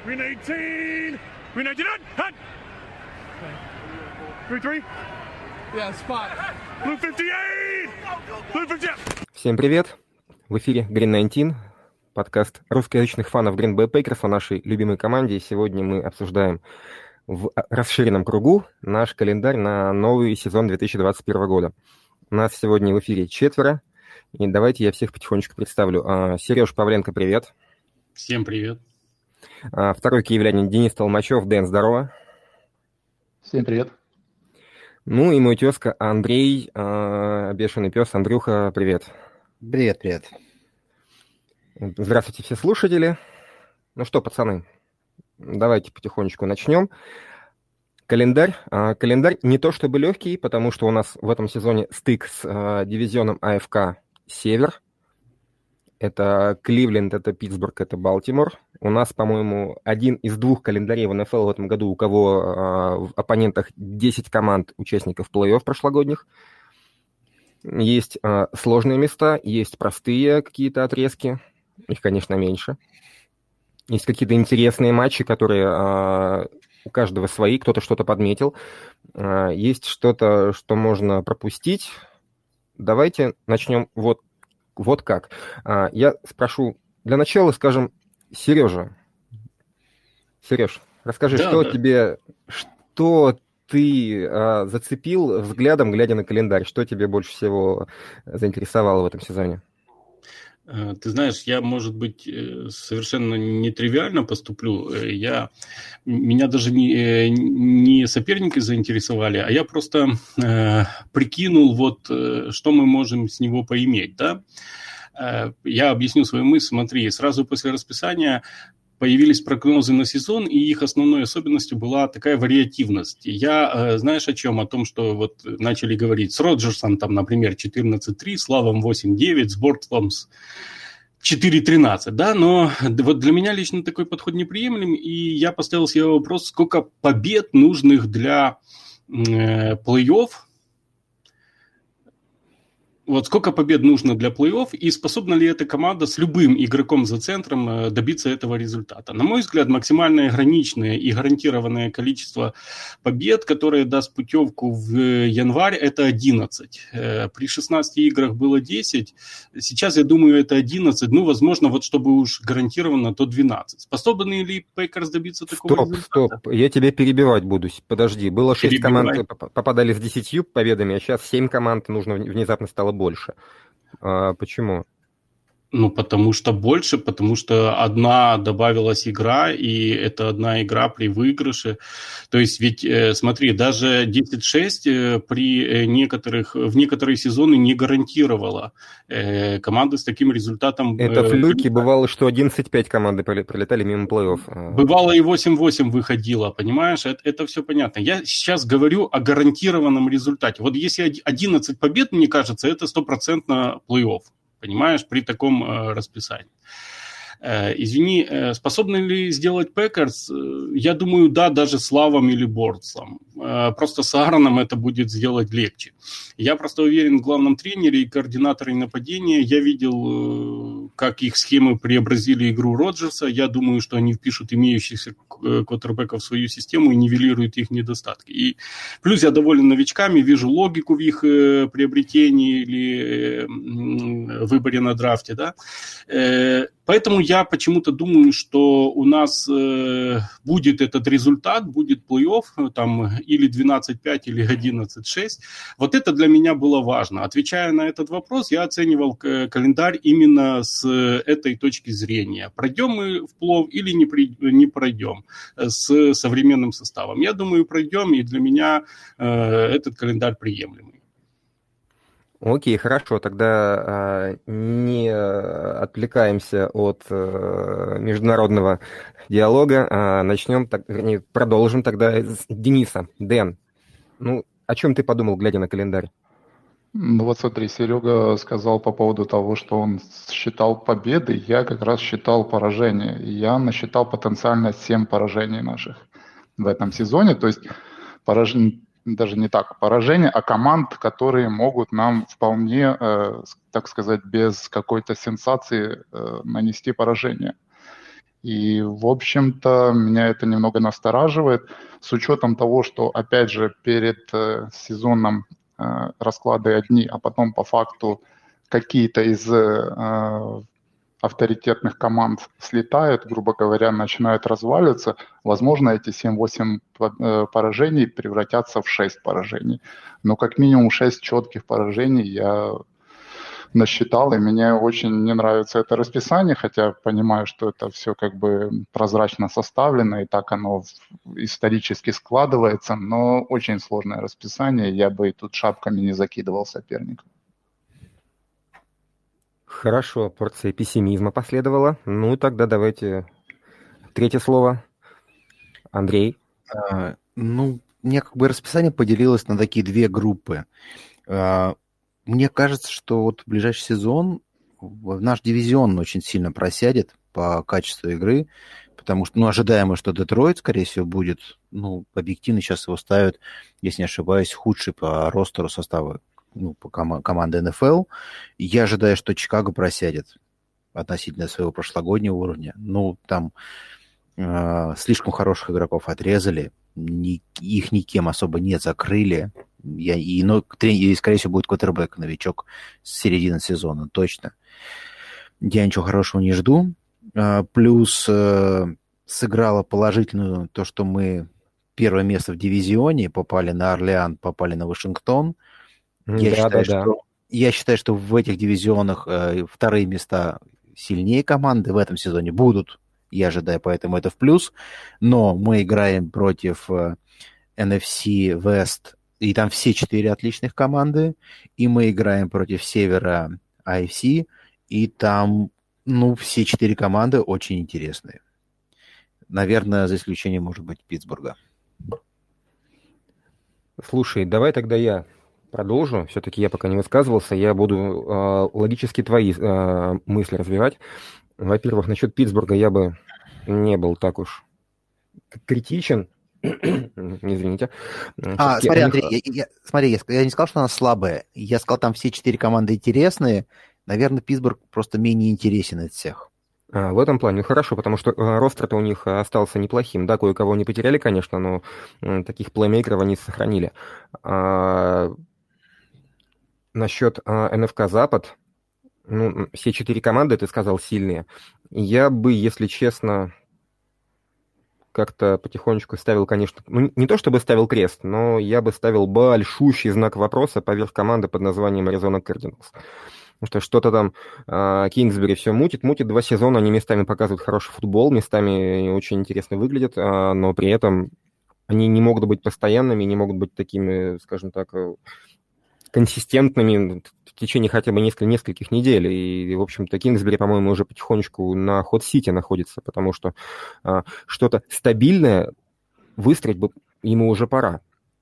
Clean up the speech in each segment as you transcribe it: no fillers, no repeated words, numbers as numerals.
Green 18. Green 19. Hut. 3-3. Yeah, spot. Blue 58. Blue 58. Всем привет! В эфире Green 19, подкаст русскоязычных фанов Green Bay Packers о нашей любимой команде. И сегодня мы обсуждаем в расширенном кругу наш календарь на новый сезон 2021 года. У нас сегодня в эфире 4, и давайте я всех потихонечку представлю. Сереж Павленко, привет. Всем привет. Второй киевлянин Денис Толмачев. Дэн, здорово. Всем привет. Ну и мой тезка Андрей, бешеный пес. Андрюха, привет. Привет, привет. Здравствуйте, все слушатели. Ну что, пацаны, давайте потихонечку начнем. Календарь не то чтобы легкий, потому что у нас в этом сезоне стык с дивизионом АФК Север. Это Кливленд, это Питтсбург, это Балтимор. У нас, по-моему, один из двух календарей в НФЛ в этом году, у кого в оппонентах 10 команд участников плей-офф прошлогодних. Есть сложные места, есть простые какие-то отрезки. Их, конечно, меньше. Есть какие-то интересные матчи, которые у каждого свои, кто-то что-то подметил. Есть что-то, что можно пропустить. Давайте начнем вот как. Я спрошу для начала, скажем, Сережа. Сереж, расскажи, что ты зацепил взглядом, глядя на календарь? Что тебе больше всего заинтересовало в этом сезоне? Ты знаешь, я, может быть, совершенно нетривиально поступлю. Меня даже не соперники заинтересовали, а я просто прикинул, что мы можем с него поиметь, да? Я объясню свою мысль. Смотри, сразу после расписания появились прогнозы на сезон, и их основной особенностью была такая вариативность. Я, знаешь, о чем? О том, что вот начали говорить с Роджерсом, там, например, 14-3, с Лавом 8-9, с Бортлом 4-13, да, но вот для меня лично такой подход неприемлем, и я поставил себе вопрос, сколько побед нужных для плей-офф. Вот сколько побед нужно для плей-офф, и способна ли эта команда с любым игроком за центром добиться этого результата? На мой взгляд, максимальное граничное и гарантированное количество побед, которое даст путевку в январь, это 11. При 16 играх было 10, сейчас, я думаю, это 11. Ну, возможно, вот чтобы уж гарантированно, то 12. Способны ли Пейкерс добиться такого результата? Стоп, я тебя перебивать буду. Подожди, было 6 команд, попадали с 10 победами, а сейчас 7 команд нужно внезапно стало больше. Почему? Ну, потому что одна добавилась игра, и это одна игра при выигрыше. То есть, ведь, смотри, даже 10-6 в некоторые сезоны не гарантировала команды с таким результатом. Это флюки, бывало, что 11-5 команды пролетали мимо плей-офф. Бывало и 8-8 выходило, понимаешь? Это все понятно. Я сейчас говорю о гарантированном результате. Вот если 11 побед, мне кажется, это 100% плей-офф. Понимаешь, при таком расписании. Извини, способны ли сделать Пэкерс? Я думаю, да, даже с Лавом или Бордсом. Просто с Аароном это будет сделать легче. Я просто уверен в главном тренере и координаторе нападения. Я видел, как их схемы преобразили игру Роджерса. Я думаю, что они впишут имеющихся квотербеков в свою систему и нивелируют их недостатки. И плюс я доволен новичками, вижу логику в их приобретении или выборе на драфте, да. Поэтому я почему-то думаю, что у нас будет этот результат, будет плей-офф, там или 12-5, или 11-6. Вот это для меня было важно. Отвечая на этот вопрос, я оценивал календарь именно с этой точки зрения. Пройдем мы в плей-офф или не пройдем с современным составом. Я думаю, пройдем, и для меня этот календарь приемлемый. Окей, хорошо, тогда не отвлекаемся от международного диалога, продолжим тогда с Дениса. Дэн, ну, о чем ты подумал, глядя на календарь? Ну вот смотри, Серега сказал по поводу того, что он считал победы, я как раз считал поражения. Я насчитал потенциально 7 поражений наших в этом сезоне, то есть даже не так, поражения, а команд, которые могут нам вполне, так сказать, без какой-то сенсации нанести поражение. И, в общем-то, меня это немного настораживает, с учетом того, что, опять же, перед сезоном расклады одни, а потом по факту какие-то из авторитетных команд слетают, грубо говоря, начинают разваливаться, возможно, эти 7-8 поражений превратятся в 6 поражений. Но как минимум 6 четких поражений я насчитал, и мне очень не нравится это расписание, хотя понимаю, что это все как бы прозрачно составлено, и так оно исторически складывается, но очень сложное расписание, я бы и тут шапками не закидывал соперников. Хорошо, порция пессимизма последовала. Ну, тогда давайте третье слово. Андрей. Ну, у меня как бы расписание поделилось на такие две группы. Мне кажется, что вот в ближайший сезон наш дивизион очень сильно просядет по качеству игры, потому что, ожидаемо, что Детройт, скорее всего, будет, объективно сейчас его ставят, если не ошибаюсь, худший по ростеру состава по команде НФЛ. Я ожидаю, что Чикаго просядет относительно своего прошлогоднего уровня. Там слишком хороших игроков отрезали, их никем особо не закрыли. И, скорее всего, будет квотербэк, новичок с середины сезона, точно. Я ничего хорошего не жду. Плюс сыграло положительную то, что мы первое место в дивизионе, попали на Орлеан, попали на Вашингтон. Я считаю, что в этих дивизионах вторые места сильнее команды в этом сезоне будут. Я ожидаю, поэтому это в плюс. Но мы играем против NFC West, и там все 4 отличных команды. И мы играем против Севера AFC, и там, все 4 команды очень интересные. Наверное, за исключением, может быть, Питтсбурга. Слушай, давай тогда я продолжу. Все-таки я пока не высказывался. Я буду логически твои мысли развивать. Во-первых, насчет Питтсбурга я бы не был так уж критичен. Извините. Смотри, Андрей, я не сказал, что она слабая. Я сказал, там все 4 команды интересные. Наверное, Питтсбург просто менее интересен от всех. В этом плане хорошо, потому что ростер-то у них остался неплохим. Да, кое-кого не потеряли, конечно, но таких плеймейкеров они сохранили. Насчет НФК Запад, все 4 команды, ты сказал, сильные. Я бы, если честно, как-то потихонечку ставил, конечно, не то чтобы ставил крест, но я бы ставил большущий знак вопроса поверх команды под названием Arizona Cardinals. Потому что что-то там Кингсбери все мутит. 2 сезона, они местами показывают хороший футбол, местами очень интересно выглядят, но при этом они не могут быть постоянными, не могут быть такими, скажем так, консистентными в течение хотя бы нескольких недель. И, в общем-то, Кингсбери, по-моему, уже потихонечку на хот-сите находится, потому что что-то стабильное выстроить бы ему уже пора.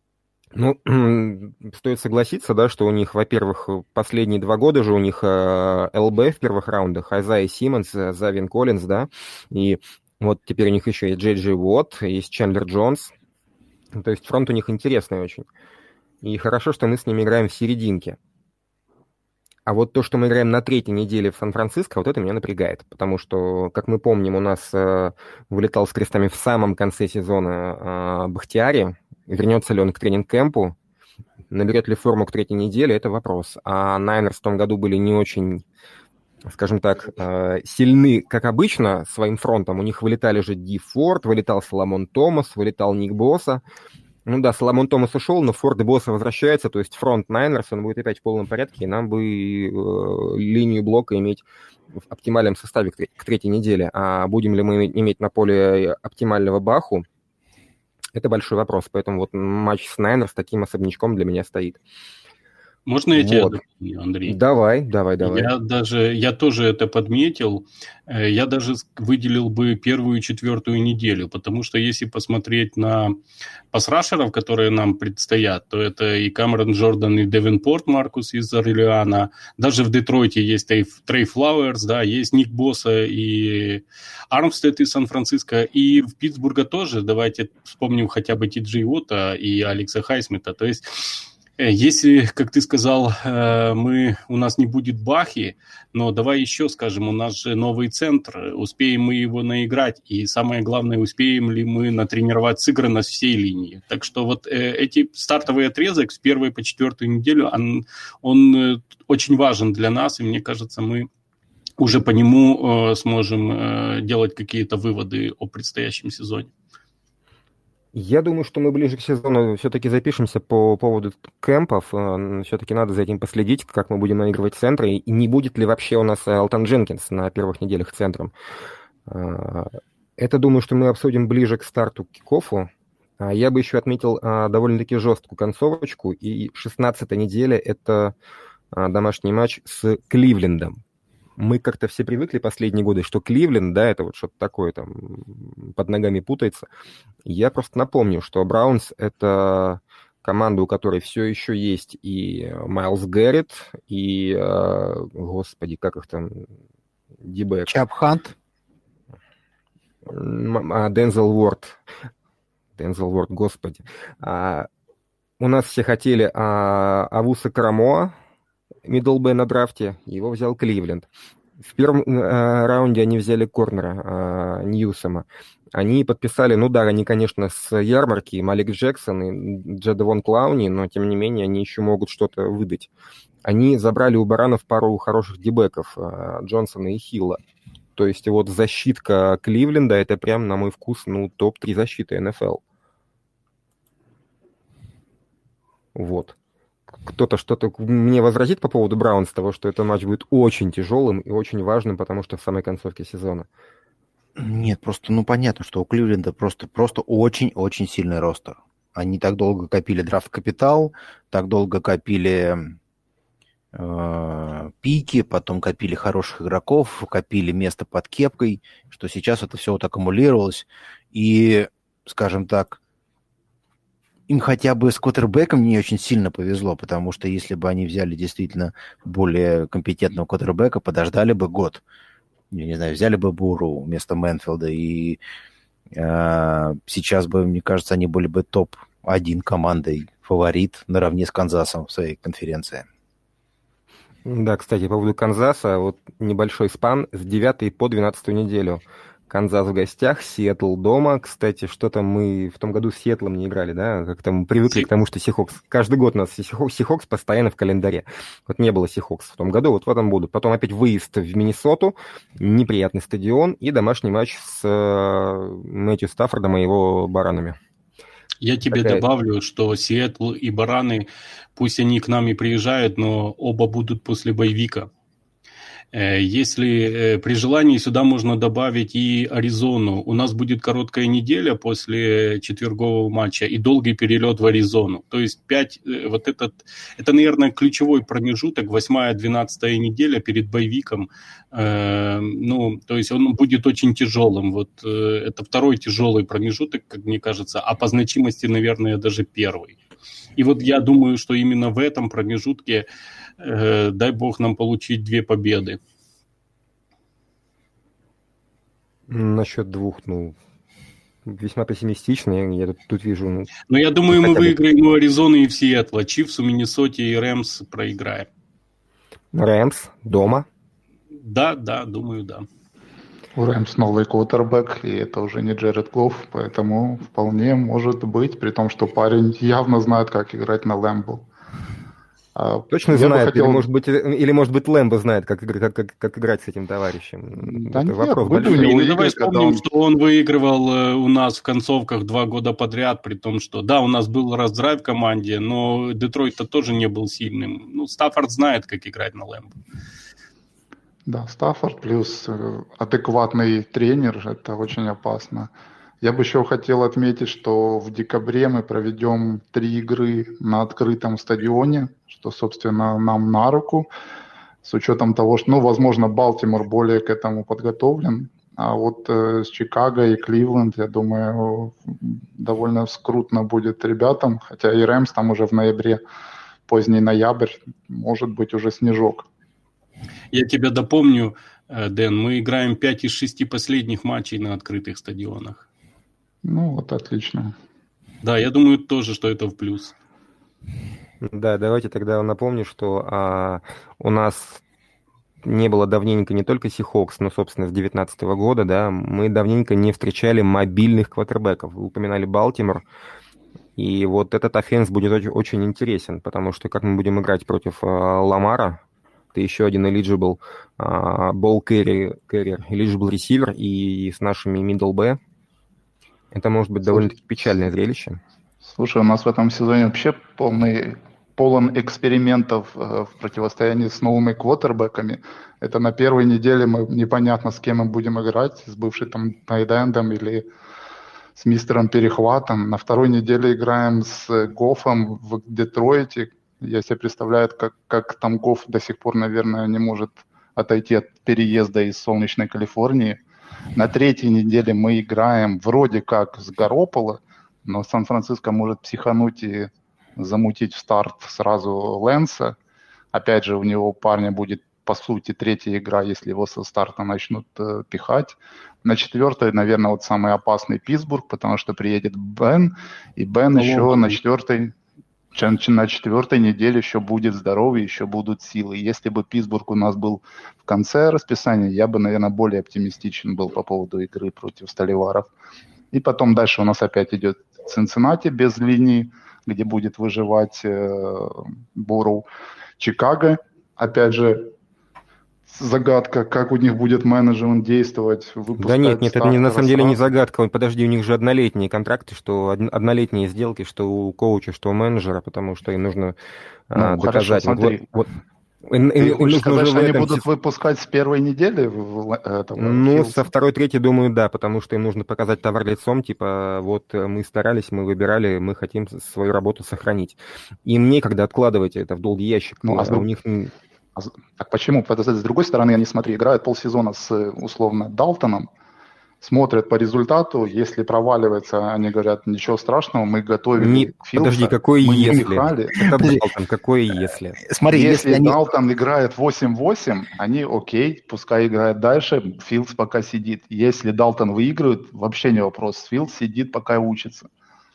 Стоит согласиться, да, что у них, во-первых, последние 2 года же у них ЛБ в первых раундах, Айзайя Симмонс, Завин Коллинз, да, и вот теперь у них еще есть Джей Джей Уотт, есть Чендлер Джонс. То есть фронт у них интересный очень. И хорошо, что мы с ними играем в серединке. А вот то, что мы играем на 3-й неделе в Сан-Франциско, вот это меня напрягает. Потому что, как мы помним, у нас вылетал с крестами в самом конце сезона Бахтиари. Вернется ли он к тренинг-кэмпу? Наберет ли форму к 3-й неделе? Это вопрос. А Найнерс в том году были не очень, скажем так, сильны, как обычно, своим фронтом. У них вылетали же Ди Форд, вылетал Соломон Томас, вылетал Ник Босса. Соломон Томас ушел, но Форд и Босса возвращаются, то есть фронт Найнерс, он будет опять в полном порядке, и нам бы линию блока иметь в оптимальном составе к 3-й неделе. А будем ли мы иметь на поле оптимального Баху, это большой вопрос. Поэтому вот матч с Найнерс таким особнячком для меня стоит. Можно я тебя дополню, Андрей? Давай. Я тоже это подметил. Я даже выделил бы 1-ю и 4-ю неделю, потому что если посмотреть на пасрашеров, которые нам предстоят, то это и Камерон Джордан, и Девинпорт Маркус из Орлеана. Даже в Детройте есть Трей Флауэрс, да, есть Ник Босса и Армстед из Сан-Франциско. И в Питтсбурге тоже. Давайте вспомним хотя бы Ти Джей Уотта и Алекса Хайсмита. То есть Если, как ты сказал, у нас не будет Бахи, но давай еще скажем, у нас же новый центр, успеем мы его наиграть, и самое главное, успеем ли мы натренировать сыгранность всей линии. Так что вот эти стартовый отрезок с 1 по 4 неделю, он очень важен для нас, и мне кажется, мы уже по нему сможем делать какие-то выводы о предстоящем сезоне. Я думаю, что мы ближе к сезону все-таки запишемся по поводу кемпов. Все-таки надо за этим последить, как мы будем наигрывать центры, и не будет ли вообще у нас Алтон Дженкинс на первых неделях центром. Это, думаю, что мы обсудим ближе к старту кикоффу. Я бы еще отметил довольно-таки жесткую концовочку, и 16-я неделя – это домашний матч с Кливлендом. Мы как-то все привыкли последние годы, что Кливленд, да, это вот что-то такое там под ногами путается. Я просто напомню, что Браунс — это команда, у которой все еще есть и Майлз Гэррет, и, господи, как их там, дибэк. Чап Хант. Дензел Уорд. Дензел Уорд, господи. У нас все хотели Авуса Карамоа, миддлбэй на драфте, его взял Кливленд. В первом раунде они взяли корнера Ньюсома. Они подписали, ну да, они, конечно, с ярмарки, Малик Джексон и Джадевон Клауни, но, тем не менее, они еще могут что-то выдать. Они забрали у Баранов пару хороших дебеков, Джонсона и Хилла. То есть вот защитка Кливленда, это прям, на мой вкус, ну, топ-3 защиты НФЛ. Вот. Кто-то что-то мне возразит по поводу Браунс, того, что этот матч будет очень тяжелым и очень важным, потому что в самой концовке сезона. Нет, просто, ну, понятно, что у Кливленда просто очень-очень сильный ростер. Они так долго копили драфт-капитал, так долго копили пики, потом копили хороших игроков, копили место под кепкой, что сейчас это все вот аккумулировалось. И, скажем так, им хотя бы с квотербеком не очень сильно повезло, потому что если бы они взяли действительно более компетентного квотербека, подождали бы год. Я не знаю, взяли бы Буру вместо Мэнфилда, и сейчас бы, мне кажется, они были бы топ-1 командой, фаворит наравне с Канзасом в своей конференции. Да, кстати, по поводу Канзаса, вот небольшой спан с 9 по 12 неделю. Канзас в гостях, Сиэтл дома. Кстати, что-то мы в том году с Сиэтлом не играли, да? Как-то мы привыкли к тому, что Сихокс. Каждый год у нас Сихокс постоянно в календаре. Вот не было Сихокс в том году, вот в этом будут. Потом опять выезд в Миннесоту, неприятный стадион и домашний матч с Мэтью Стаффордом и его баранами. Я тебе добавлю, что Сиэтл и бараны, пусть они к нам и приезжают, но оба будут после боевика. Если при желании сюда можно добавить и Аризону. У нас будет короткая неделя после четвергового матча и долгий перелет в Аризону. То есть это, наверное, ключевой промежуток, 8-12 неделя перед боевиком. То есть он будет очень тяжелым. Вот это второй тяжелый промежуток, как мне кажется, а по значимости, наверное, даже первый. И вот я думаю, что именно в этом промежутке дай бог нам получить 2 победы. Насчет 2, весьма пессимистично. Я тут вижу... Но я думаю, мы выиграем у Аризоны и в Сиэтла. Чифс, у Миннесоте и Рэмс проиграем. Рэмс дома? Да, думаю, да. У Рэмс новый квотербек, и это уже не Джеред Гофф, поэтому вполне может быть, при том, что парень явно знает, как играть на Лэмбо. Точно знает, или, может быть, Лэмбо знает, как играть с этим товарищем. Да это нет, вопрос большой. Давай вспомним, что он выигрывал у нас в концовках 2 года подряд, при том, что, да, у нас был раздрай в команде, но Детройт-то тоже не был сильным. Стаффорд знает, как играть на Лэмбо. Да, Стаффорд плюс адекватный тренер, это очень опасно. Я бы еще хотел отметить, что в декабре мы проведем 3 игры на открытом стадионе, что, собственно, нам на руку, с учетом того, что, возможно, Балтимор более к этому подготовлен, а вот с Чикаго и Кливленд, я думаю, довольно скрутно будет ребятам, хотя и Рэмс там уже в ноябре, поздний ноябрь, может быть уже снежок. Я тебя допомню, Дэн, мы играем 5 из 6 последних матчей на открытых стадионах. Вот отлично. Да, я думаю тоже, что это в плюс. Да, давайте тогда напомню, что у нас не было давненько не только Сихокс, но, собственно, с 2019 года, да, мы давненько не встречали мобильных квотербеков. Вы упоминали Балтимор, и вот этот оффенс будет очень, очень интересен, потому что как мы будем играть против Ламара, это еще один eligible ball carrier, eligible receiver, и с нашими middle B, это может быть довольно-таки печальное зрелище. Слушай, у нас в этом сезоне вообще полон экспериментов в противостоянии с новыми квотербеками. Это на первой неделе мы непонятно, с кем мы будем играть, с бывшим там тайт-эндом или с мистером Перехватом. На второй неделе играем с Гоффом в Детройте. Я себе представляю, как там Гофф до сих пор, наверное, не может отойти от переезда из солнечной Калифорнии. На третьей неделе мы играем вроде как с Гарополо, но Сан-Франциско может психануть и замутить в старт сразу Лэнса. Опять же, у него парня будет, по сути, третья игра, если его со старта начнут пихать. На четвертой, наверное, вот самый опасный Питтсбург, потому что приедет Бен, и Бен еще на четвертой неделе еще будет здоровый, еще будут силы. Если бы Питтсбург у нас был в конце расписания, я бы, наверное, более оптимистичен был по поводу игры против Столиваров. И потом дальше у нас опять идет Цинциннати без линии, где будет выживать Бурроу. Чикаго, опять же, загадка, как у них будет менеджмент действовать. Да нет, это на самом деле не загадка. Подожди, у них же однолетние контракты, что однолетние сделки, что у коуча, что у менеджера, потому что им нужно доказать. Хорошо, смотри. Ты хочешь сказать, что они будут выпускать с первой недели? Со второй, третьей, думаю, да, потому что им нужно показать товар лицом, типа, вот мы старались, мы выбирали, мы хотим свою работу сохранить. Им некогда откладывать это в долгий ящик. У них... Так почему? С другой стороны, они, смотри, играют полсезона с, условно, Далтоном, смотрят по результату, если проваливается, они говорят, ничего страшного, мы готовили Филдса. Подожди, какое если? Это Далтон, какое если? Смотри, если Далтон играет 8-8, они окей, пускай играет дальше, Филдс пока сидит. Если Далтон выигрывает, вообще не вопрос, Филдс сидит, пока учится.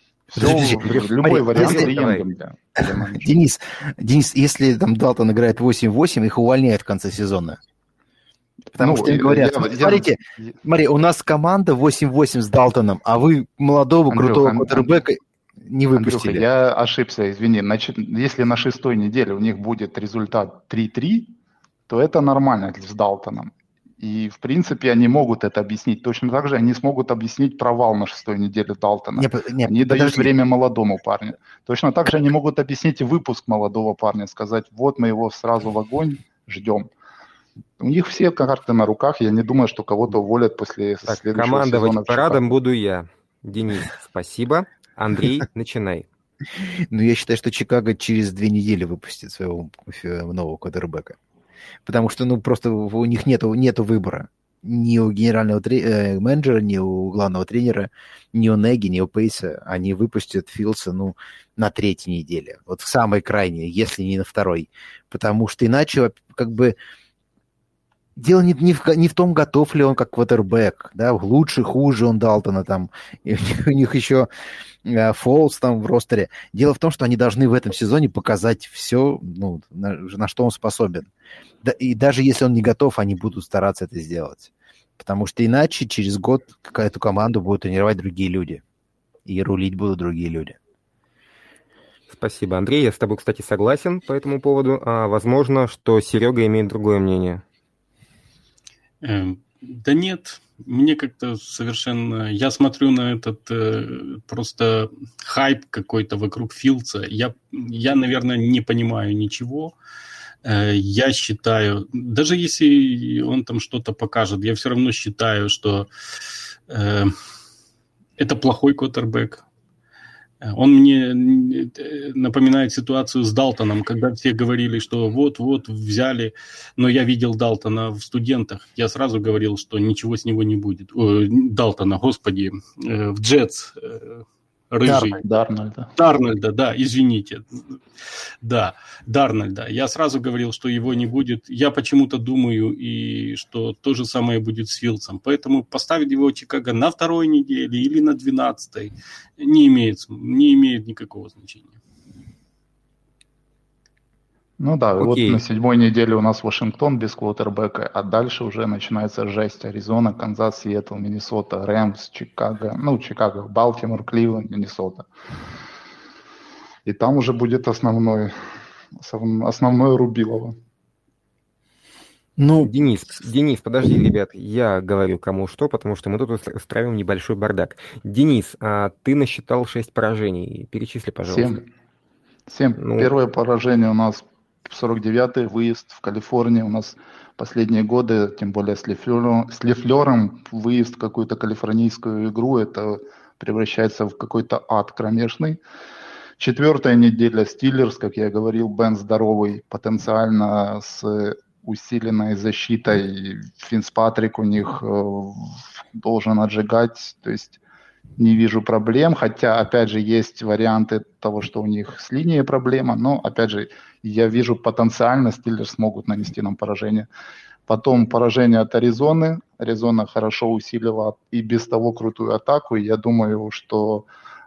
Любой вариант приемлем. Денис, если там Далтон играет 8-8, их увольняют в конце сезона. Потому что им говорят, смотри, у нас команда 8-8 с Далтоном, а вы молодого, крутого квотербека не выпустили. Андрюха, я ошибся, извини. Если на шестой неделе у них будет результат 3-3, то это нормально с Далтоном. И, в принципе, они могут это объяснить. Точно так же они смогут объяснить провал на шестой неделе Далтона. Они дают время молодому парню. Точно так же они могут объяснить выпуск молодого парня, сказать, вот мы его сразу в огонь ждем. У них все карты на руках. Я не думаю, что кого-то уволят после следующего командовать сезона. парадом буду я. Денис, спасибо. Андрей, начинай. Я считаю, что Чикаго через 2 недели выпустит своего нового квотербека. Потому что, просто у них нету выбора. Ни у генерального менеджера, ни у главного тренера, ни у Неги, ни у Пейса. Они выпустят Филдса, на 3-й неделе. Вот в самой крайней, если не на 2-й. Потому что иначе, дело не в том, готов ли он как квотербек, да, лучше, хуже он Далтона там, и у них еще Фолс там в ростере. Дело в том, что они должны в этом сезоне показать все, на что он способен. И даже если он не готов, они будут стараться это сделать. Потому что иначе через год эту команду будут тренировать другие люди. И рулить будут другие люди. Спасибо, Андрей. Я с тобой, кстати, согласен по этому поводу. Возможно, что Серега имеет другое мнение. Да нет, мне как-то совершенно... Я смотрю на этот просто хайп какой-то вокруг Филдса. Я, наверное, не понимаю ничего. Я считаю, даже если он там что-то покажет, я все равно считаю, что это плохой квотербек. Он мне напоминает ситуацию с Далтоном, когда все говорили, что вот взяли, но я видел Далтона в студентах. Я сразу говорил, что ничего с него не будет. Далтона, господи, в Джетс, рыжий. Дарнольда, да, извините. Да, Дарнольда. Я сразу говорил, что его не будет. Я почему-то думаю, и что то же самое будет с Филдсом. Поэтому поставить его Чикаго на 2-й неделе или на 12-й не имеет никакого значения. Ну да, и вот Окей. на 7-й неделе у нас Вашингтон без квотербека, а дальше уже начинается жесть. Аризона, Канзас, Сиэтл, Миннесота, Рэмс, Чикаго, Чикаго, Балтимор, Кливленд, Миннесота. И там уже будет основное рубилово. Ну, Денис, подожди, ребят, я говорю кому что, потому что мы тут устраиваем небольшой бардак. Денис, ты насчитал 6 поражений. Перечисли, пожалуйста. 7. Ну, Первое поражение у нас 49-й выезд в Калифорнии. У нас последние годы, тем более с Лефлером, выезд в какую-то калифорнийскую игру, это превращается в какой-то ад кромешный. 4-я неделя Стиллерс, как я говорил, Бен здоровый, потенциально с усиленной защитой. Финцпатрик у них должен отжигать, то есть не вижу проблем, хотя, опять же, есть варианты того, что у них с линией проблема, но, опять же, я вижу потенциально Стиллерс смогут нанести нам поражение. Потом поражение от Аризоны. Аризона хорошо усилила и без того крутую атаку, и я думаю, что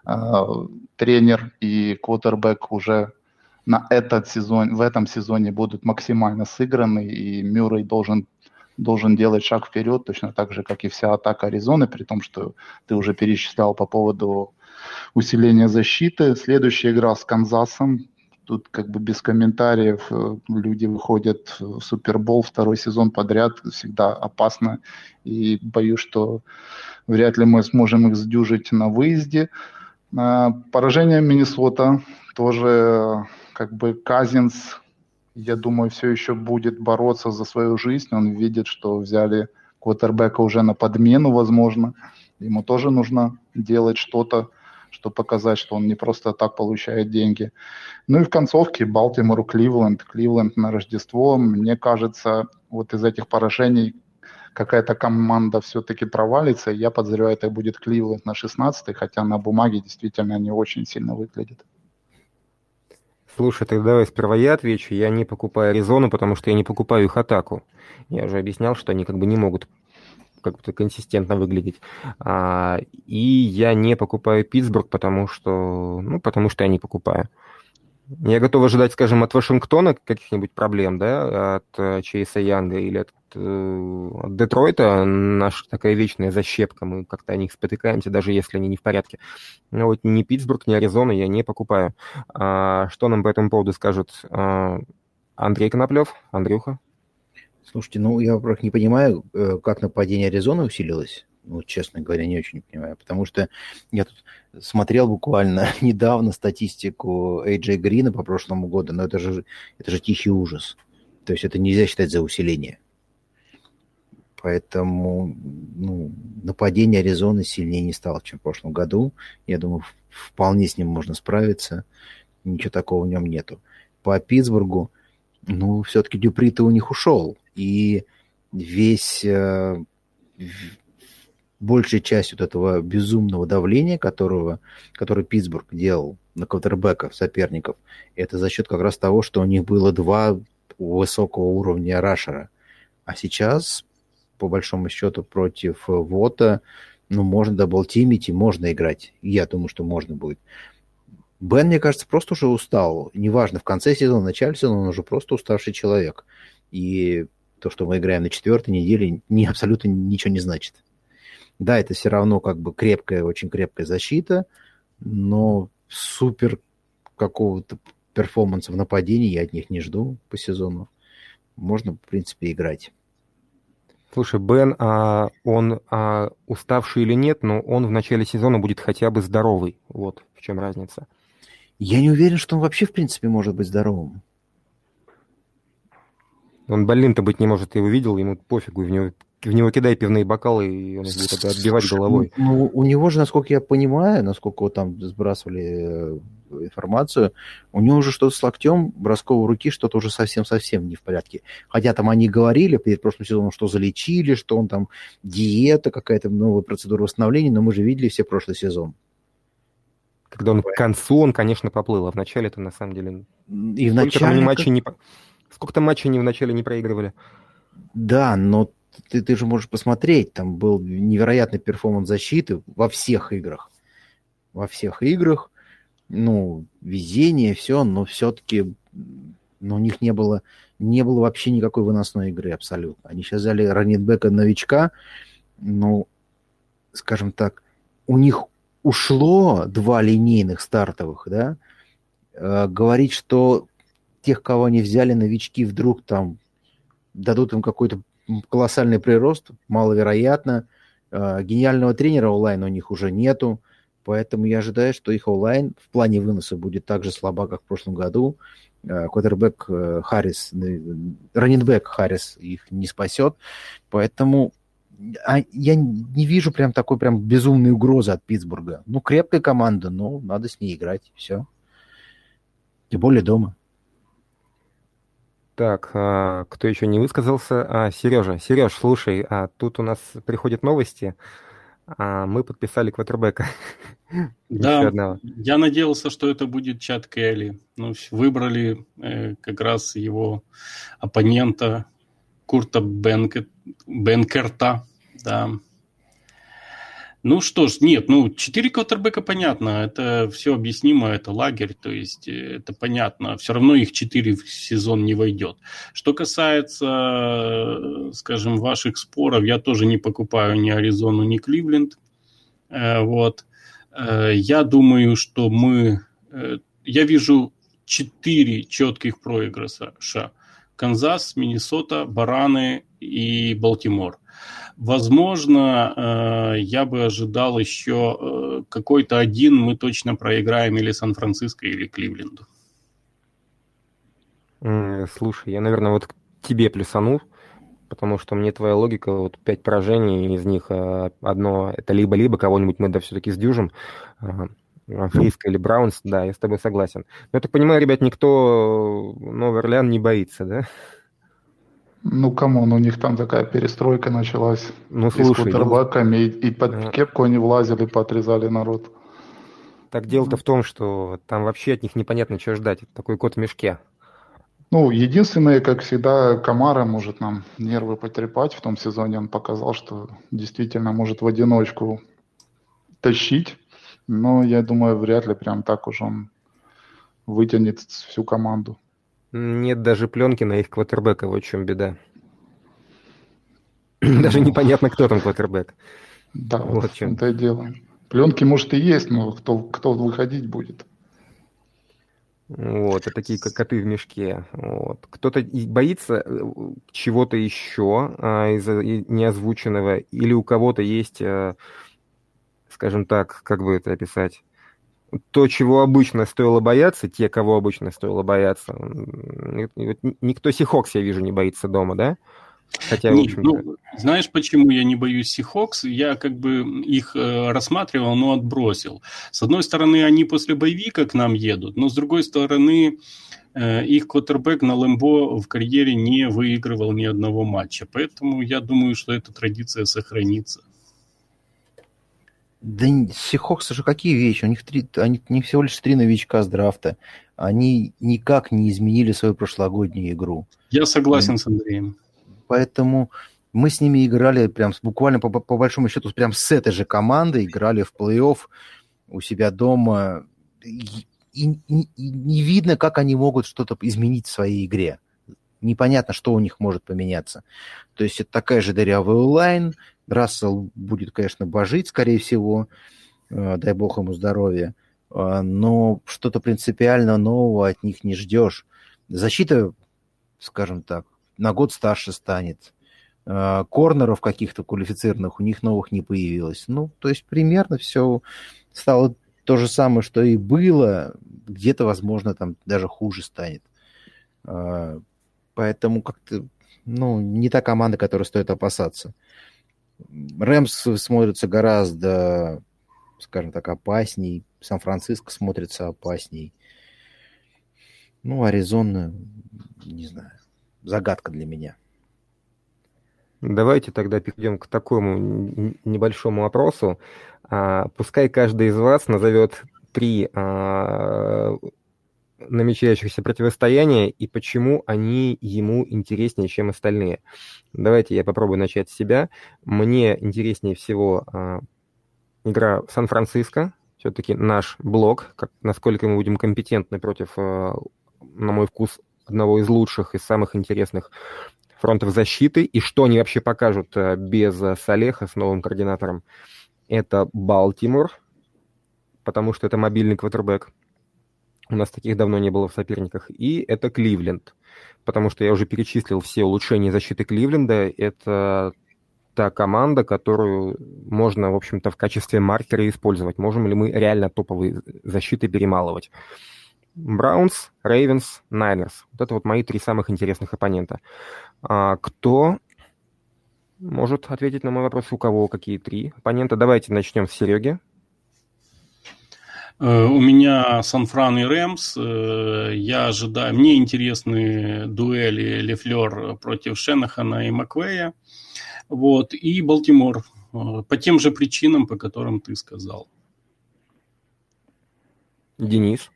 тренер и квотербек уже в этом сезоне будут максимально сыграны, и Мюррей должен делать шаг вперед, точно так же, как и вся атака Аризоны, при том, что ты уже перечислял по поводу усиления защиты. Следующая игра с Канзасом. Тут как бы без комментариев. Люди выходят в Супербол второй сезон подряд. Всегда опасно. И боюсь, что вряд ли мы сможем их сдюжить на выезде. Поражение Миннесота. Тоже как бы Казинс, я думаю, все еще будет бороться за свою жизнь. Он видит, что взяли квотербека уже на подмену, возможно. Ему тоже нужно делать что-то, чтобы показать, что он не просто так получает деньги. Ну и в концовке Балтимору Кливленд. Кливленд на Рождество. Мне кажется, вот из этих поражений какая-то команда все-таки провалится. Я подозреваю, это будет Кливленд на 16-й, хотя на бумаге действительно они очень сильно выглядят. слушай, тогда давай сперва я отвечу. Я не покупаю Аризону, потому что я не покупаю их атаку. Я уже объяснял, что они как бы не могут как-то консистентно выглядеть. И я не покупаю Питтсбург, потому что я не покупаю. Я готов ожидать, скажем, от Вашингтона каких-нибудь проблем, да, от Чейса Янга или от Детройта. Наша такая вечная защепка, мы как-то о них спотыкаемся, даже если они не в порядке. Но вот ни Питтсбург, ни Аризона я не покупаю. Что нам по этому поводу скажет Андрей Коноплев? Андрюха? слушайте, я, во-первых, не понимаю, как нападение Аризоны усилилось. Честно говоря, не очень понимаю, потому что я тут смотрел буквально недавно статистику AJ Грина по прошлому году, но это же тихий ужас. То есть это нельзя считать за усиление. Поэтому нападение Аризоны сильнее не стало, чем в прошлом году. Я думаю, вполне с ним можно справиться. Ничего такого в нем нету. По Питтсбургу, все-таки Дюпри-то у них ушел. И большая часть вот этого безумного давления, который Питтсбург делал на квотербеков соперников, это за счет как раз того, что у них было 2 высокого уровня рашера. А сейчас, по большому счету, против Вота, можно даблтимить и можно играть. Я думаю, что можно будет. Бен, мне кажется, просто уже устал. Неважно, в конце сезона, в начале сезона, он уже просто уставший человек. И то, что мы играем на 4-й неделе, абсолютно ничего не значит. Да, это все равно как бы очень крепкая защита, но супер какого-то перформанса в нападении я от них не жду по сезону. Можно, в принципе, играть. Слушай, Бен, он уставший или нет, но он в начале сезона будет хотя бы здоровый. Вот в чем разница. Я не уверен, что он вообще, в принципе, может быть здоровым. Он больным-то быть не может, ты его видел, ему пофигу, в него кидай пивные бокалы, и он будет это отбивать головой. У него же, насколько я понимаю, насколько вот там сбрасывали информацию, у него уже что-то с локтем, бросковой руки, что-то уже совсем-совсем не в порядке. Хотя там они говорили перед прошлым сезоном, что залечили, что он там диета, какая-то новая процедура восстановления, но мы же видели все прошлый сезон. Когда он к концу, он, конечно, поплыл, а в начале это на самом деле... И в начале... Сколько там матчей они в начале не проигрывали? Да, но ты же можешь посмотреть, там был невероятный перформанс защиты во всех играх. Во всех играх, везение, все, но все-таки но у них не было вообще никакой выносной игры абсолютно. Они сейчас взяли раннинбека новичка, ну, скажем так, у них ушло 2 линейных стартовых, да, говорить, что тех, кого они взяли, новички, вдруг там дадут им какой-то колоссальный прирост, маловероятно. Гениального тренера онлайн у них уже нету, поэтому я ожидаю, что их онлайн в плане выноса будет так же слаба, как в прошлом году. Квотербек Харрис, раннинбек Харрис их не спасет, поэтому я не вижу прям такой прям безумной угрозы от Питтсбурга. Ну, крепкая команда, но надо с ней играть, все. Тем более дома. Так, кто еще не высказался? Сережа. Сереж, слушай, тут у нас приходят новости. Мы подписали квотербека. Да, я надеялся, что это будет Чад Келли. Ну, выбрали как раз его оппонента Курта Бенкерта. Да. Ну что ж, нет, 4 квотербека понятно, это все объяснимо, это лагерь, то есть это понятно, все равно их 4 в сезон не войдет. Что касается, скажем, ваших споров, я тоже не покупаю ни Аризону, ни Кливленд. Вот. Я думаю, что я вижу 4 четких проигрыша. Канзас, Миннесота, Бараны и Балтимор. Возможно, я бы ожидал еще какой-то один мы точно проиграем или Сан-Франциско, или Кливленду. Слушай, я, наверное, вот к тебе плюсану, потому что мне твоя логика, вот 5 поражений, из них одно это либо-либо, кого-нибудь мы все-таки сдюжим, Фриско или Браунс, да, я с тобой согласен. Но я так понимаю, ребят, никто Новый Орлеан не боится, да? Ну, камон, у них там такая перестройка началась. Ну, И с слушай, квотербеками, и под кепку они влазили, поотрезали народ. Так дело-то в том, что там вообще от них непонятно, что ждать. Это такой кот в мешке. Ну, единственное, как всегда, Камара может нам нервы потрепать. В том сезоне он показал, что действительно может в одиночку тащить. Но я думаю, вряд ли прям так уж он вытянет всю команду. Нет даже пленки на их квотербека, вот в чем беда. Даже непонятно, кто там квотербек. Да, вот в чем-то и дело. Пленки, может, и есть, но кто выходить будет? Вот, это такие как коты в мешке. Вот. Кто-то боится чего-то еще из-за неозвученного, или у кого-то есть, скажем так, как бы это описать, то, чего обычно стоило бояться, те, кого обычно стоило бояться. Никто Сихокс, я вижу, не боится дома, да? Хотя, в общем-то... знаешь, почему я не боюсь Сихокс? Я как бы их рассматривал, но отбросил. С одной стороны, они после боевика к нам едут, но с другой стороны, их квотербек на Лэмбо в карьере не выигрывал ни одного матча. Поэтому я думаю, что эта традиция сохранится. Да Сихоксы же какие вещи? У них не всего лишь 3 новичка с драфта. Они никак не изменили свою прошлогоднюю игру. Я согласен с Андреем. Поэтому мы с ними играли прям буквально по большому счету прям с этой же командой, играли в плей-офф у себя дома. И не видно, как они могут что-то изменить в своей игре. Непонятно, что у них может поменяться. То есть это такая же дырявая онлайн. Рассел будет, конечно, божить, скорее всего. Дай бог ему здоровья. Но что-то принципиально нового от них не ждешь. Защита, скажем так, на год старше станет. Корнеров каких-то квалифицированных у них новых не появилось. Ну, то есть примерно все стало то же самое, что и было. Где-то, возможно, там даже хуже станет. Поэтому как-то, не та команда, которой стоит опасаться. Рэмс смотрится гораздо, скажем так, опасней. Сан-Франциско смотрится опасней. Аризона, не знаю, загадка для меня. Давайте тогда перейдем к такому небольшому опросу. Пускай каждый из вас назовет 3 намечающихся противостояния и почему они ему интереснее, чем остальные. Давайте я попробую начать с себя. Мне интереснее всего игра Сан-Франциско. Все-таки наш блок, насколько мы будем компетентны против, на мой вкус, одного из лучших и самых интересных фронтов защиты. И что они вообще покажут без Салеха с новым координатором? Это Балтимор, потому что это мобильный квотербек. У нас таких давно не было в соперниках. И это Кливленд, потому что я уже перечислил все улучшения защиты Кливленда. Это та команда, которую можно, в общем-то, в качестве маркера использовать. Можем ли мы реально топовые защиты перемалывать? Браунс, Рейвенс, Найнерс. Вот это вот мои 3 самых интересных оппонента. Кто может ответить на мой вопрос? У кого какие 3 оппонента? Давайте начнем с Сереги. У меня Сан-Фран и Рэмс. Я ожидаю... Мне интересны дуэли Лефлер против Шенахана и Маквея. Вот. И Балтимор. По тем же причинам, по которым ты сказал. Денис.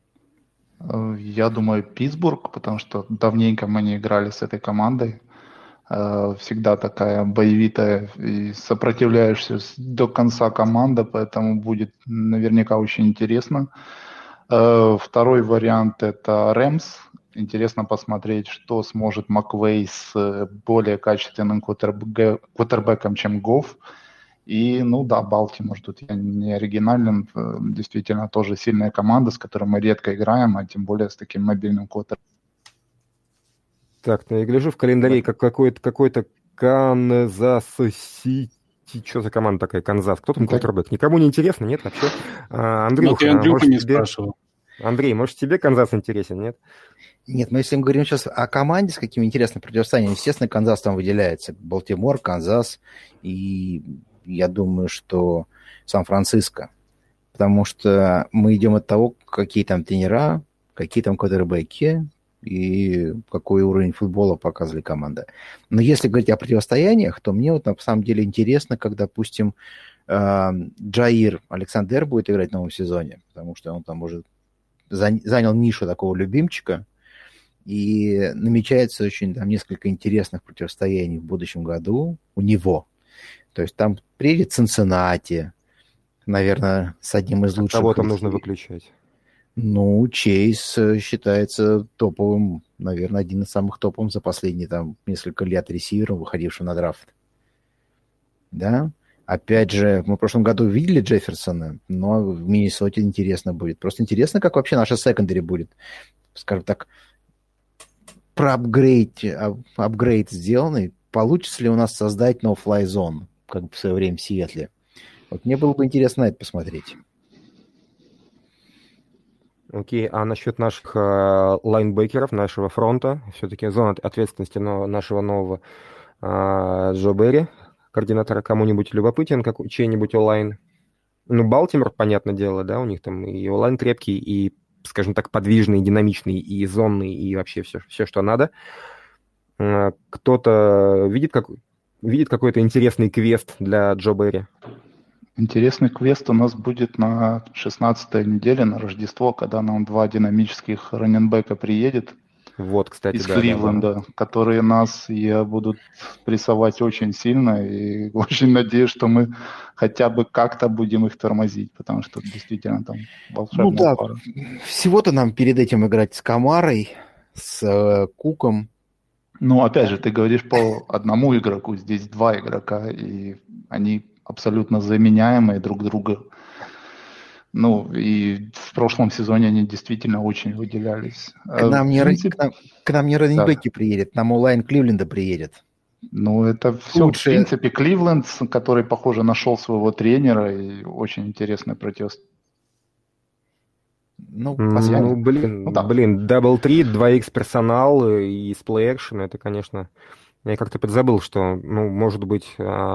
Я думаю, Питтсбург, потому что давненько мы не играли с этой командой. Всегда такая боевитая и сопротивляешься до конца команда, поэтому будет наверняка очень интересно. Второй вариант – это Рэмс. Интересно посмотреть, что сможет Маквей с более качественным квотербеком, чем Гофф. И, ну да, Балтимор, тут я не оригинален, действительно тоже сильная команда, с которой мы редко играем, а тем более с таким мобильным квотербеком. Так, ну я гляжу в календаре, как какой-то Канзас-Сити. Что за команда такая, Канзас? Кто там квотербек? Никому не интересно, нет вообще? Андрюха, ты Андрюху не тебе... спрашивал. Андрей, может, тебе Канзас интересен, нет? Нет, мы если мы говорим сейчас о команде с какими интересными противостояниями, естественно, Канзас там выделяется. Балтимор, Канзас и я думаю, что Сан-Франциско. Потому что мы идем от того, какие там тренера, какие там квотербеки и какой уровень футбола показывали команда. Но если говорить о противостояниях, то мне вот на самом деле интересно, как, допустим, Джаир Александр будет играть в новом сезоне, потому что он там уже занял нишу такого любимчика, и намечается очень там несколько интересных противостояний в будущем году у него. То есть там приедет Цинциннати, наверное, с одним из лучших. Кого там нужно выключать? Ну, Чейз считается топовым, наверное, один из самых топовых за последние там несколько лет ресивером, выходившим на драфт. Да? Опять же, мы в прошлом году видели Джефферсона, но в Миннесоте интересно будет. Просто интересно, как вообще наша секондари будет, скажем так, апгрейд сделанный. Получится ли у нас создать no-fly zone, как в свое время в Сиэтле? Вот мне было бы интересно это посмотреть. Окей, а насчет наших лайнбекеров, нашего фронта, все-таки зона ответственности нашего нового Джо Берри, координатора, кому-нибудь любопытен, чей-нибудь онлайн? Ну, Балтимор, понятное дело, да, у них там и онлайн крепкий, и, скажем так, подвижный, динамичный, и зонный, и вообще все, что надо. Кто-то видит какой-то интересный квест для Джо Берри? Интересный квест у нас будет на 16-й неделе, на Рождество, когда нам 2 динамических раннинбека приедет. Вот, кстати, из да, Кливленда, да. которые нас будут прессовать очень сильно, и очень надеюсь, что мы хотя бы как-то будем их тормозить, потому что действительно там волшебная пара. Всего-то нам перед этим играть с Камарой, с Куком. Ну, опять же, ты говоришь по одному игроку, здесь 2 игрока, и они абсолютно заменяемые друг друга. Ну, и в прошлом сезоне они действительно очень выделялись. К нам не раннинбеки приедет, нам онлайн Кливленда приедет. Ну, это все, в принципе, Кливленд, который, похоже, нашел своего тренера, и очень интересный противостояние. Блин, Double 3, 2x персонал и с play action, это, конечно... Я как-то подзабыл, что, может быть,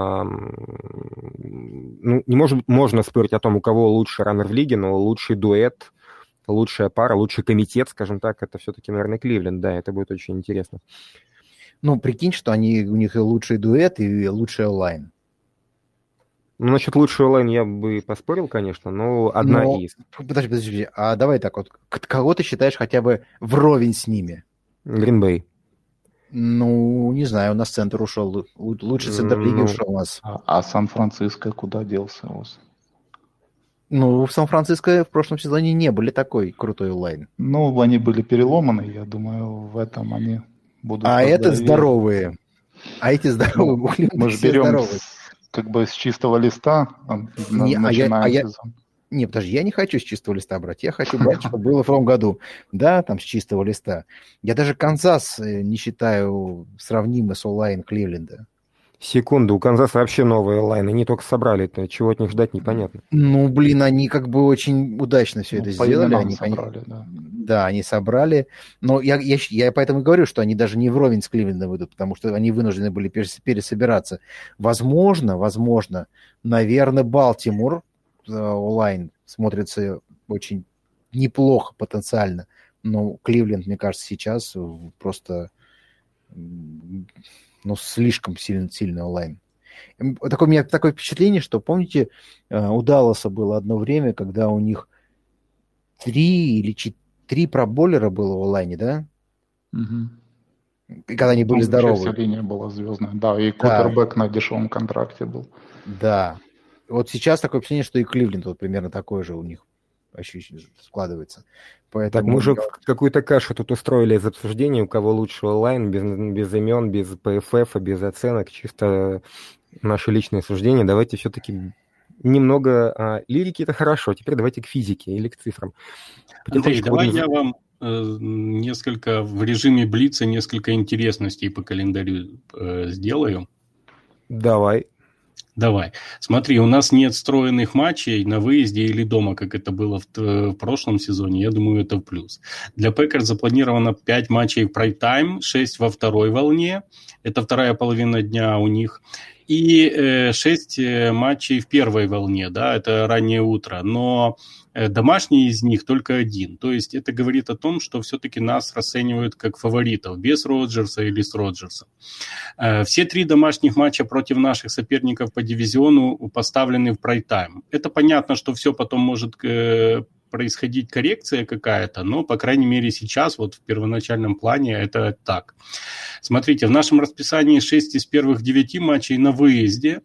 можно спорить о том, у кого лучший раннер в лиге, но лучший дуэт, лучшая пара, лучший комитет, скажем так, это все-таки, наверное, Кливленд, да, это будет очень интересно. Ну, прикинь, что у них и лучший дуэт, и лучший онлайн. Ну, насчет лучшего онлайн я бы поспорил, конечно, но одна из. Подожди, а давай так вот, кого ты считаешь хотя бы вровень с ними? Green Bay. Ну, не знаю, у нас центр ушел. Лучший центр лиги ушел у нас. А Сан-Франциско куда делся у вас? Ну, в Сан-Франциско в прошлом сезоне не были такой крутой онлайн. Ну, они были переломаны, я думаю, в этом они будут А это поздоровее. здоровые. А эти здоровые, Ну, блин, мы же все берем здоровые. как бы с чистого листа, Не, начинаем сезон. Не, подожди, я не хочу с чистого листа брать. Я хочу брать, что было в том году. Да, там с чистого листа. Я даже Канзас не считаю сравнимым с онлайн Кливленда. Секунду, у Канзаса вообще новые онлайн, они только собрали это, чего от них ждать непонятно. Ну, блин, они как бы очень удачно все это По сделали. именам Они, собрали, да. да, они собрали. Но я поэтому и говорю, что они даже не вровень с Кливлендом выйдут, потому что они вынуждены были пересобираться. Возможно, наверное, Балтимор онлайн смотрится очень неплохо потенциально. Но Кливленд, мне кажется, сейчас просто слишком сильный онлайн. У меня такое впечатление, что, помните, у Далласа было одно время, когда у них 3 проболлера было в онлайне, да? Угу. Когда они были здоровы. Вся линия была звездная. Да, и квотербек на дешевом контракте был. Да. Вот сейчас такое впечатление, что и Кливленд вот примерно такое же у них складывается. Поэтому так, мы же какую-то кашу тут устроили из обсуждения, у кого лучше онлайн, без имен, без ПФФ, без оценок, чисто наши личные суждения. Давайте все-таки немного лирики, это хорошо. Теперь давайте к физике или к цифрам. Андрей, давай я вам несколько в режиме блица несколько интересностей по календарю сделаю. Давай. Смотри, у нас нет встроенных матчей на выезде или дома, как это было в прошлом сезоне. Я думаю, это в плюс. Для Пекерс запланировано 5 матчей в прайм-тайм, 6 во второй волне. Это вторая половина дня у них. И 6 матчей в первой волне, да, это раннее утро. Но домашний из них только 1. То есть это говорит о том, что все-таки нас расценивают как фаворитов, без Роджерса или с Роджерсом. Все 3 домашних матча против наших соперников по дивизиону поставлены в прайм-тайм. Это понятно, что все потом может происходить коррекция какая-то, но, по крайней мере, сейчас, вот в первоначальном плане, это так. Смотрите, в нашем расписании 6 из первых 9 матчей на выезде.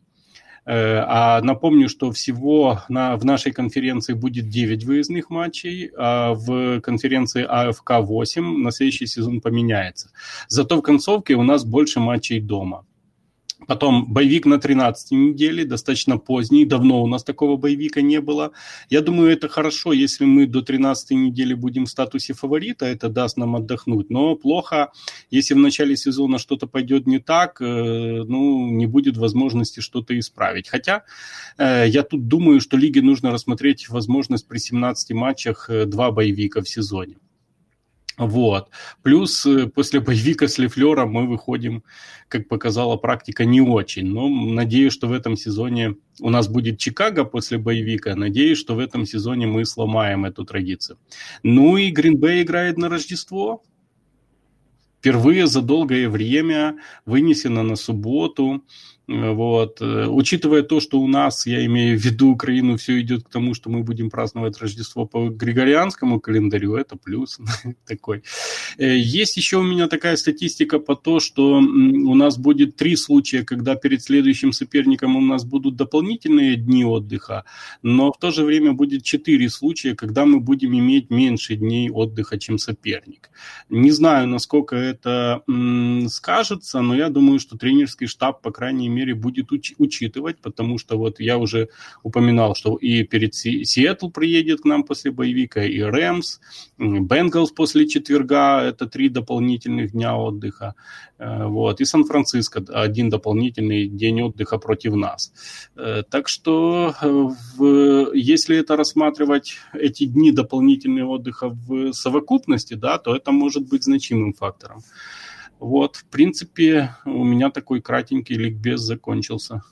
А напомню, что всего в нашей конференции будет 9 выездных матчей, а в конференции АФК 8 на следующий сезон поменяется. Зато в концовке у нас больше матчей дома. Потом боевик на 13 неделе, достаточно поздний, давно у нас такого боевика не было. Я думаю, это хорошо, если мы до 13 недели будем в статусе фаворита, это даст нам отдохнуть. Но плохо, если в начале сезона что-то пойдет не так, не будет возможности что-то исправить. Хотя я тут думаю, что лиге нужно рассмотреть возможность при 17 матчах 2 боевика в сезоне. Вот. Плюс после боевика с Лефлером мы выходим, как показала практика, не очень. Но надеюсь, что в этом сезоне у нас будет Чикаго после боевика. Надеюсь, что в этом сезоне мы сломаем эту традицию. Ну и Грин-Бэй играет на Рождество. Впервые за долгое время вынесено на субботу. Вот. Учитывая то, что у нас, я имею в виду Украину, все идет к тому, что мы будем праздновать Рождество по григорианскому календарю, это плюс такой. Есть еще у меня такая статистика по то, что у нас будет 3 случая, когда перед следующим соперником у нас будут дополнительные дни отдыха, но в то же время будет 4 случая, когда мы будем иметь меньше дней отдыха, чем соперник. Не знаю, насколько это скажется, но я думаю, что тренерский штаб, по крайней мере, будет учитывать, потому что вот я уже упоминал, что и перед Сиэтл приедет к нам после боевика, и Рэмс, Бенгалс после четверга, это 3 дополнительных дня отдыха, вот, и Сан-Франциско 1 дополнительный день отдыха против нас. Так что, если это рассматривать эти дни дополнительного отдыха в совокупности, да, то это может быть значимым фактором. Вот, в принципе, у меня такой кратенький ликбез закончился.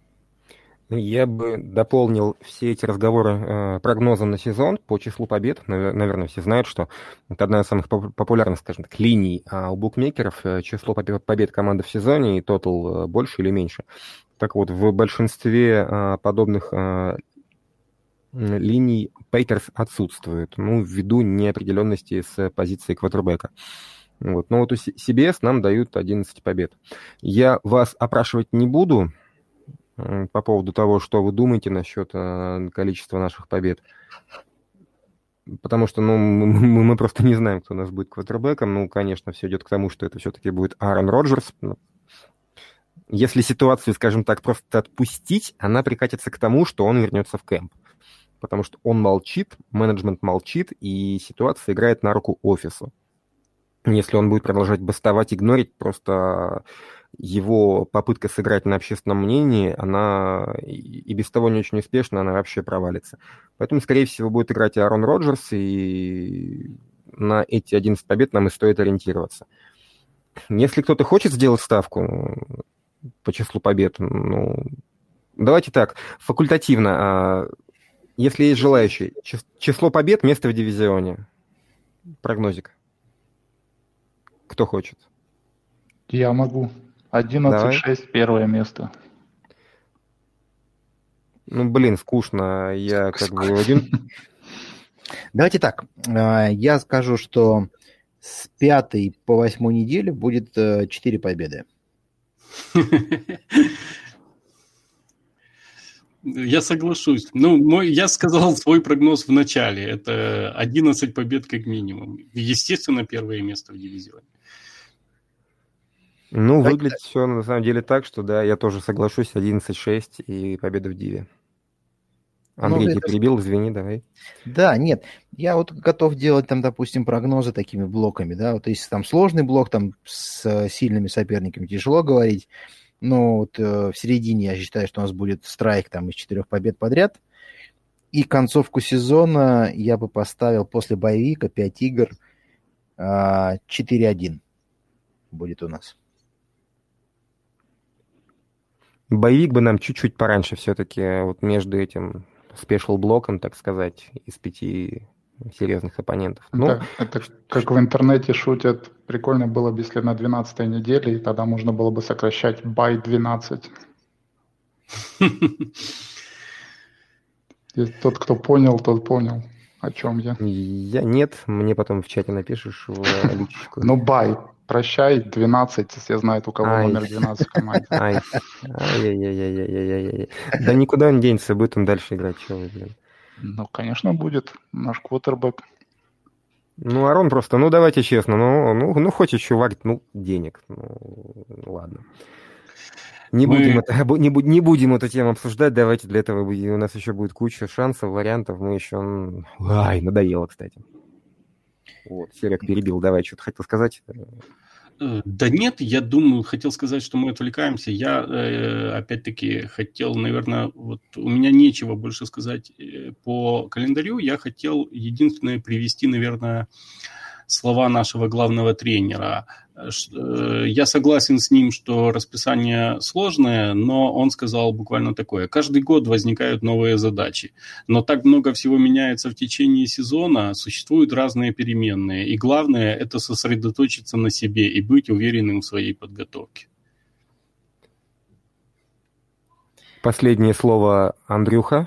Я бы дополнил все эти разговоры прогнозом на сезон по числу побед. Наверное, все знают, что это одна из самых популярных, скажем так, линий у букмекеров. Число побед команды в сезоне и тотал больше или меньше. Так вот, в большинстве подобных линий Пейкерс отсутствует, ввиду неопределенности с позиции квотербека. Вот. Но вот у CBS нам дают 11 побед. Я вас опрашивать не буду. по поводу того, что вы думаете насчет количества наших побед. Потому что мы просто не знаем, кто у нас будет квотербеком. Ну, конечно, все идет к тому, что это все-таки будет Аарон Роджерс. Если ситуацию, скажем так, просто отпустить, она прикатится к тому, что он вернется в кэмп. Потому что он молчит, менеджмент молчит, и ситуация играет на руку офису. Если он будет продолжать бастовать, игнорить, просто его попытка сыграть на общественном мнении, она и без того не очень успешна, она вообще провалится. Поэтому, скорее всего, будет играть Аарон Роджерс, и на эти 11 побед нам и стоит ориентироваться. Если кто-то хочет сделать ставку по числу побед, давайте так, факультативно. Если есть желающие, число побед, место в дивизионе. Прогнозик. Кто хочет? Я могу. 11-6, первое место. Скучно. Я как бы один... Давайте так. Я скажу, что с 5 по 8 неделе будет 4 победы. Я соглашусь. Я сказал свой прогноз в начале. Это 11 побед как минимум. Естественно, первое место в дивизионе. Выглядит все на самом деле так, что да, я тоже соглашусь, 11-6 и победа в Диве. Андрей, ты перебил, извини, давай. Да, нет, я вот готов делать там, допустим, прогнозы такими блоками, да, вот если там сложный блок, там с сильными соперниками тяжело говорить, но вот в середине я считаю, что у нас будет страйк там из 4 побед подряд, и концовку сезона я бы поставил после боевика 5 игр 4-1 будет у нас. Боевик бы нам чуть-чуть пораньше все-таки, вот между этим спешл-блоком, так сказать, из 5 серьезных оппонентов. Это как в интернете шутят, прикольно было бы, если на 12-й неделе, и тогда можно было бы сокращать бай 12. Тот, кто понял, тот понял, о чем я. Я нет, мне потом в чате напишешь в личку. Бай. Прощай, 12, все знают, у кого номер 12 в команде. Да никуда он денется, будет он дальше играть. Чего вы, блин. Конечно, будет наш квотербэк. Арон просто, давайте честно, хочет чувак, денег. Ладно. Не будем эту тему обсуждать, давайте для этого у нас еще будет куча шансов, вариантов, мы еще... надоело, кстати. Вот, Серег перебил, давай, что-то хотел сказать? Да нет, я думаю, хотел сказать, что мы отвлекаемся. Я, опять-таки, хотел, наверное, вот у меня нечего больше сказать по календарю. Я хотел единственное привести, наверное, слова нашего главного тренера. Я согласен с ним, что расписание сложное, но он сказал буквально такое. Каждый год возникают новые задачи, но так много всего меняется в течение сезона, существуют разные переменные, и главное – это сосредоточиться на себе и быть уверенным в своей подготовке. Последнее слово Андрюха.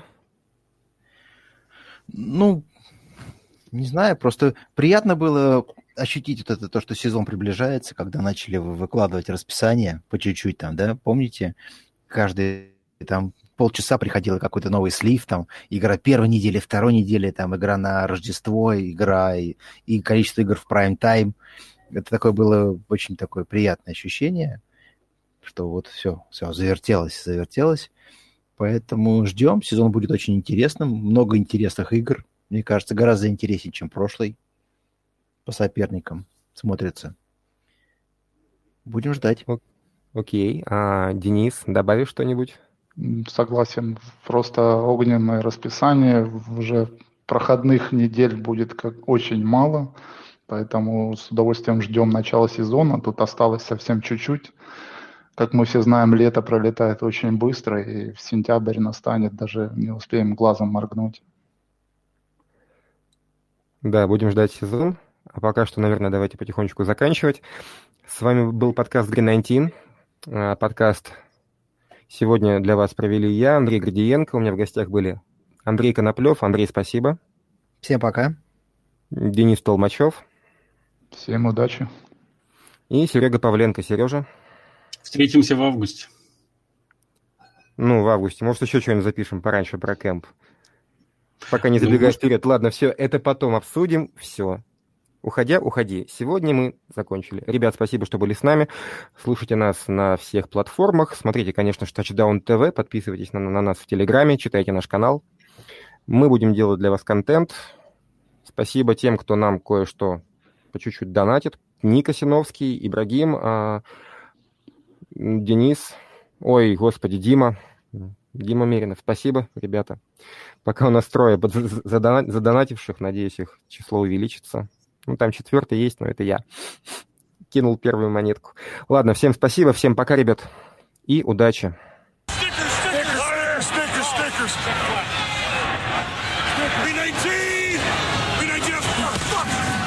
Не знаю, просто приятно было ощутить вот это, то, что сезон приближается, когда начали выкладывать расписание по чуть-чуть там, да, помните? Каждые там полчаса приходил какой-то новый слив, там, игра первой недели, второй недели, там, игра на Рождество, игра и количество игр в прайм-тайм. Это такое было очень такое приятное ощущение, что вот все завертелось. Поэтому ждем, сезон будет очень интересным, много интересных игр. Мне кажется, гораздо интереснее, чем прошлый. По соперникам смотрится. Будем ждать. Окей. Денис, добавишь что-нибудь? Согласен. Просто огненное расписание. Уже проходных недель будет очень мало. Поэтому с удовольствием ждем начала сезона. Тут осталось совсем чуть-чуть. Как мы все знаем, лето пролетает очень быстро. И в сентябрь настанет, даже не успеем глазом моргнуть. Да, будем ждать сезон. А пока что, наверное, давайте потихонечку заканчивать. С вами был подкаст Green 19. Подкаст сегодня для вас провели я, Андрей Гордиенко. У меня в гостях были Андрей Коноплев. Андрей, спасибо. Всем пока. Денис Толмачев. Всем удачи. И Серега Павленко. Сережа. Встретимся в августе. Ну, в августе. Может, еще что-нибудь запишем пораньше про кемп. Пока не забегай вперед. Ладно, все, это потом обсудим. Все. Уходи. Сегодня мы закончили. Ребят, спасибо, что были с нами. Слушайте нас на всех платформах. Смотрите, конечно же, Touchdown TV. Подписывайтесь на нас в Телеграме. Читайте наш канал. Мы будем делать для вас контент. Спасибо тем, кто нам кое-что по чуть-чуть донатит. Ника Синовский, Ибрагим, Денис, ой, господи, Дима Меринов. Спасибо, ребята. Пока у нас трое задонативших, надеюсь, их число увеличится. Ну, там 4-й есть, но это я. Кинул первую монетку. Ладно, всем спасибо, всем пока, ребят, и удачи. B19! B19! Fuck!